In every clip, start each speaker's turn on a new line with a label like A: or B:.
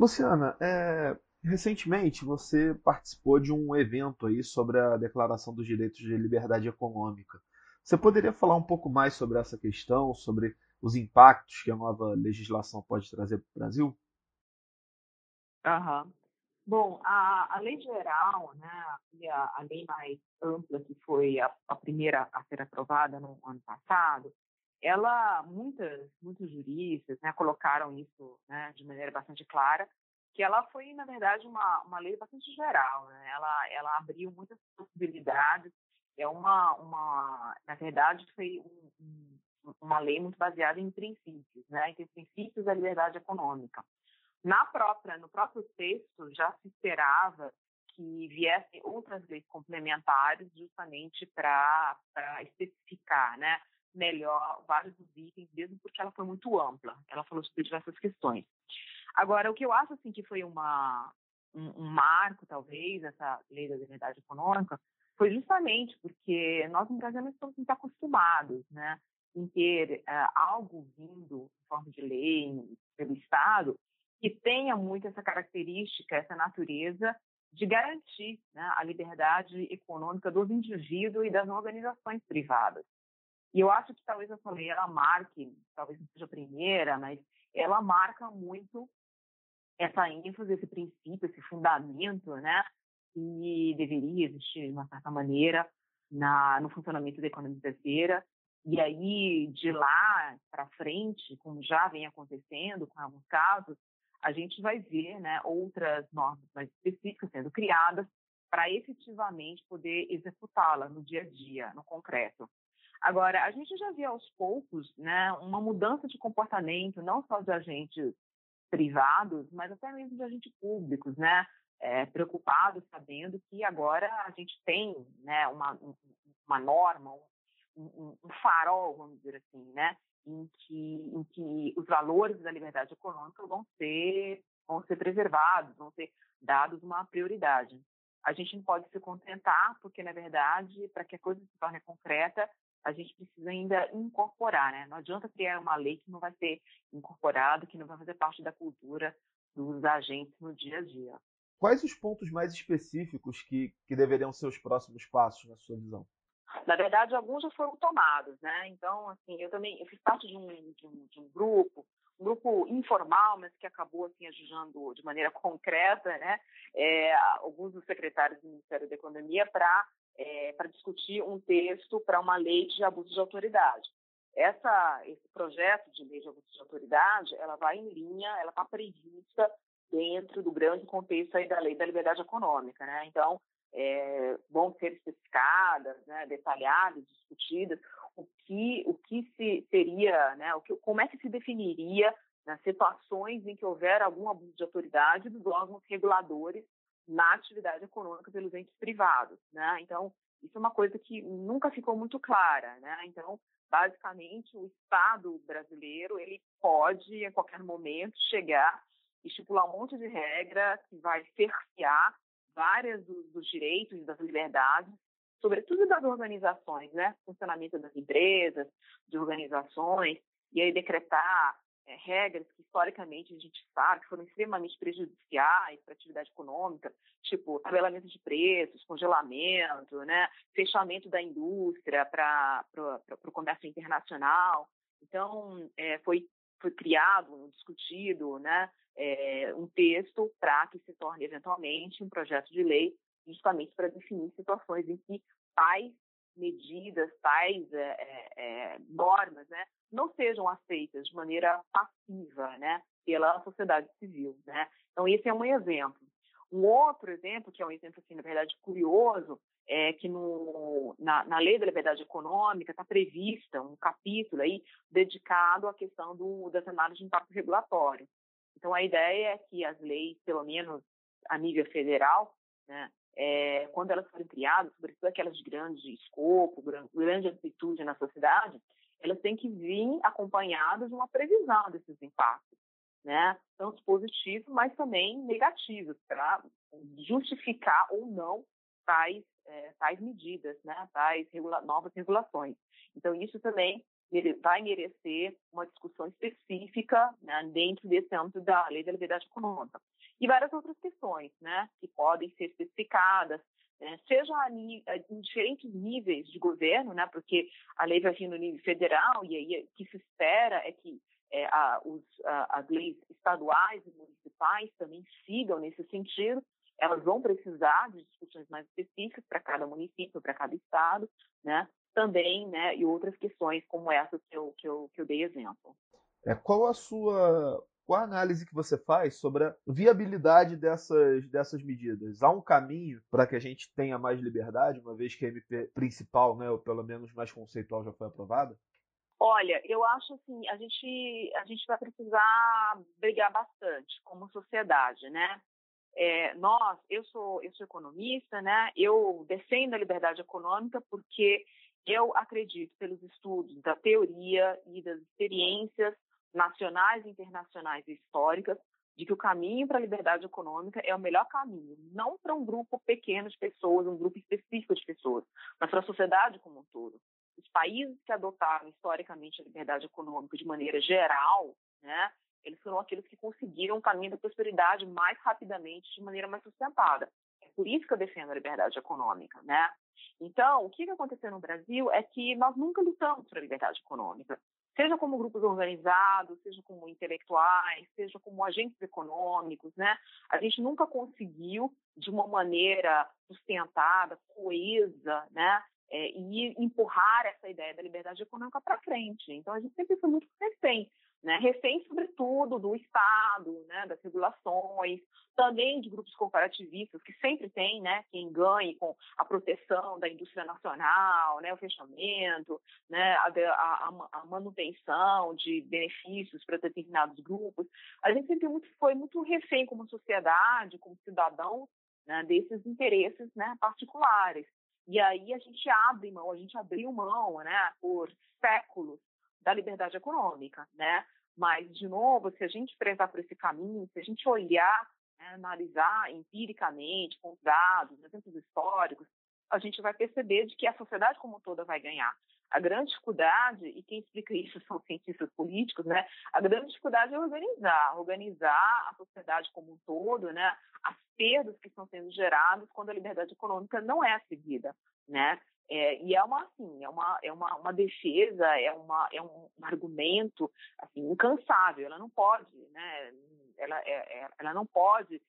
A: Luciana, recentemente você participou de um evento aí sobre a Declaração dos Direitos de Liberdade Econômica. Você poderia falar um pouco mais sobre essa questão, sobre os impactos que a nova legislação pode trazer para o Brasil?
B: Aham. Bom, a lei geral, né, e a lei mais ampla, que foi a primeira a ser aprovada no ano passado, muitos juristas, né, colocaram isso, né, de maneira bastante clara, que ela foi, na verdade, uma lei bastante geral, né? Ela abriu muitas possibilidades. Na verdade, foi uma lei muito baseada em princípios, né, em princípios da liberdade econômica. No próprio texto, já se esperava que viessem outras leis complementares justamente para especificar, né, melhor vários dos itens, mesmo porque ela foi muito ampla. Ela falou sobre diversas questões. Agora, o que eu acho assim, que foi um marco, talvez, essa lei da liberdade econômica, foi justamente porque nós no Brasil não estamos muito acostumados, né, em ter algo vindo em forma de lei pelo Estado que tenha muito essa característica, essa natureza de garantir, né, a liberdade econômica dos indivíduos e das organizações privadas. E eu acho que talvez essa lei ela marque, talvez não seja a primeira, mas ela marca muito essa ênfase, esse princípio, esse fundamento, né, que deveria existir de uma certa maneira no funcionamento da economia brasileira. E aí, de lá para frente, como já vem acontecendo com alguns casos, a gente vai ver, né, outras normas mais específicas sendo criadas para efetivamente poder executá-la no dia a dia, no concreto. Agora, a gente já vê aos poucos, né, uma mudança de comportamento, não só de agentes privados, mas até mesmo de agentes públicos, né, preocupados, sabendo que agora a gente tem, né, uma norma, um farol, vamos dizer assim, né, em que os valores da liberdade econômica vão ser preservados, vão ser dados uma prioridade. A gente não pode se contentar, porque, na verdade, para que a coisa se torne concreta, a gente precisa ainda incorporar, né? Não adianta criar uma lei que não vai ser incorporada, que não vai fazer parte da cultura dos agentes no dia a dia.
A: Quais os pontos mais específicos que deveriam ser os próximos passos, na sua visão?
B: Na verdade, alguns já foram tomados, né? Então, assim, eu fiz parte de um grupo informal, mas que acabou assim ajudando de maneira concreta, né? Alguns dos secretários do Ministério da Economia para discutir um texto para uma lei de abuso de autoridade. Esse projeto de lei de abuso de autoridade, ela vai em linha, ela está prevista dentro do grande contexto aí da lei da liberdade econômica, né? Então, vão ser especificadas, né, detalhadas, discutidas o que seria, né, como é que se definiria nas situações em que houver algum abuso de autoridade dos órgãos reguladores na atividade econômica pelos entes privados, né? Então, isso é uma coisa que nunca ficou muito clara, né? Então, basicamente, o Estado brasileiro ele pode, a qualquer momento, chegar e estipular um monte de regra que vai cercear várias dos direitos e das liberdades, sobretudo das organizações, né? Funcionamento das empresas, de organizações, e aí decretar regras que, historicamente, a gente sabe que foram extremamente prejudiciais para a atividade econômica, tipo tabelamento de preços, congelamento, né? Fechamento da indústria para o comércio internacional. Então, foi criado, discutido, né? Um texto para que se torne, eventualmente, um projeto de lei justamente para definir situações em que tais medidas, tais normas, né, não sejam aceitas de maneira passiva, né, pela sociedade civil, né? Então, esse é um exemplo. Um outro exemplo, que é um exemplo, assim, na verdade, curioso, é que na Lei da Liberdade Econômica está prevista um capítulo aí dedicado à questão das análises de impacto regulatório. Então, a ideia é que as leis, pelo menos a nível federal, né, quando elas forem criadas, sobretudo aquelas de grande escopo, grande amplitude na sociedade, elas têm que vir acompanhadas de uma previsão desses impactos, né? Tanto positivos, mas também negativos, para justificar ou não tais medidas, né? Novas regulações. Então, isso também vai merecer uma discussão específica, né, dentro desse âmbito da Lei da Liberdade Econômica. E várias outras questões, né, que podem ser especificadas, seja em diferentes níveis de governo, né, porque a lei vai vir no nível federal e aí o que se espera é que as leis estaduais e municipais também sigam nesse sentido. Elas vão precisar de discussões mais específicas para cada município, para cada estado, né, também, né, e outras questões como essa que eu dei exemplo.
A: Qual a análise que você faz sobre a viabilidade dessas medidas? Há um caminho para que a gente tenha mais liberdade, uma vez que a MP principal, né, ou pelo menos mais conceitual, já foi aprovada?
B: Olha, eu acho assim, a gente vai precisar brigar bastante como sociedade, né? Eu sou economista, né? Eu defendo a liberdade econômica porque eu acredito, pelos estudos da teoria e das experiências nacionais, internacionais e históricas, de que o caminho para a liberdade econômica é o melhor caminho, não para um grupo pequeno de pessoas, um grupo específico de pessoas, mas para a sociedade como um todo. Os países que adotaram historicamente a liberdade econômica de maneira geral, né, eles foram aqueles que conseguiram o caminho da prosperidade mais rapidamente, de maneira mais sustentada. É por isso que eu defendo a liberdade econômica, né? Então, o que aconteceu no Brasil é que nós nunca lutamos por a liberdade econômica, seja como grupos organizados, seja como intelectuais, seja como agentes econômicos, né? A gente nunca conseguiu, de uma maneira sustentada, coesa, né, e empurrar essa ideia da liberdade econômica para frente. Então, a gente sempre foi muito refém, né? Refém, sobretudo, do Estado, né, das regulações, também de grupos corporativistas, que sempre tem, né, quem ganhe com a proteção da indústria nacional, né, o fechamento, né, a manutenção de benefícios para determinados grupos. A gente sempre foi muito refém como sociedade, como cidadão, né, desses interesses, né, particulares. E aí a gente abriu mão, né, por séculos da liberdade econômica, né? Mas, de novo, se a gente prezar por esse caminho, se a gente olhar, né, analisar empiricamente, com dados, exemplos históricos, a gente vai perceber de que a sociedade como toda vai ganhar. A grande dificuldade, e quem explica isso são cientistas políticos, né? A grande dificuldade é organizar a sociedade como um todo, né? As perdas que estão sendo geradas quando a liberdade econômica não é seguida, né? E é uma defesa, é um argumento assim, incansável. Ela não pode, né? Ela não pode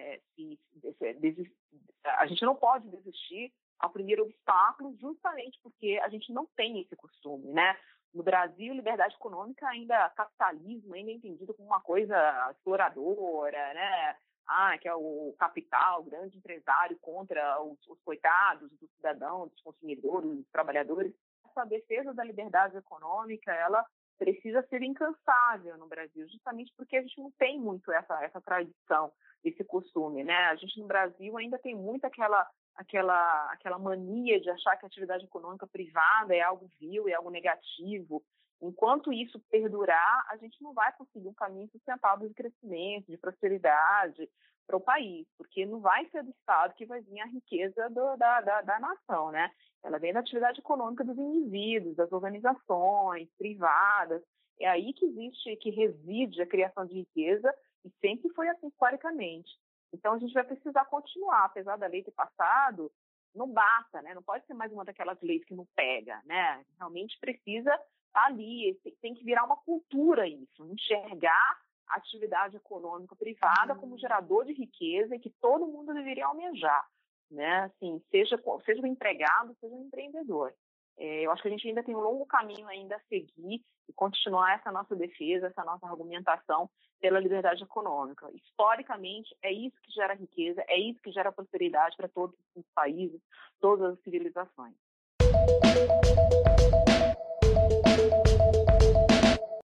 B: a gente não pode desistir ao primeiro obstáculo, justamente porque a gente não tem esse costume, né? No Brasil, liberdade econômica capitalismo ainda é entendido como uma coisa exploradora, né? Que é o capital, o grande empresário contra os coitados, dos cidadãos, dos consumidores, dos trabalhadores. Essa defesa da liberdade econômica, ela precisa ser incansável no Brasil, justamente porque a gente não tem muito essa tradição, esse costume, né? A gente no Brasil ainda tem muito aquela mania de achar que a atividade econômica privada é algo vil, é algo negativo. Enquanto isso perdurar, a gente não vai conseguir um caminho sustentável de crescimento, de prosperidade para o país, porque não vai ser do Estado que vai vir a riqueza da nação, né? Ela vem da atividade econômica dos indivíduos, das organizações privadas. É aí que reside a criação de riqueza e sempre foi assim historicamente. Então, a gente vai precisar continuar, apesar da lei ter passado, não basta, né? Não pode ser mais uma daquelas leis que não pega, né? Realmente precisa estar ali, tem que virar uma cultura isso, enxergar a atividade econômica privada como gerador de riqueza e que todo mundo deveria almejar, né? Assim, seja o empregado, seja o empreendedor. Eu acho que a gente ainda tem um longo caminho ainda a seguir e continuar essa nossa defesa, essa nossa argumentação pela liberdade econômica. Historicamente, é isso que gera riqueza, é isso que gera prosperidade para todos os países, todas as civilizações.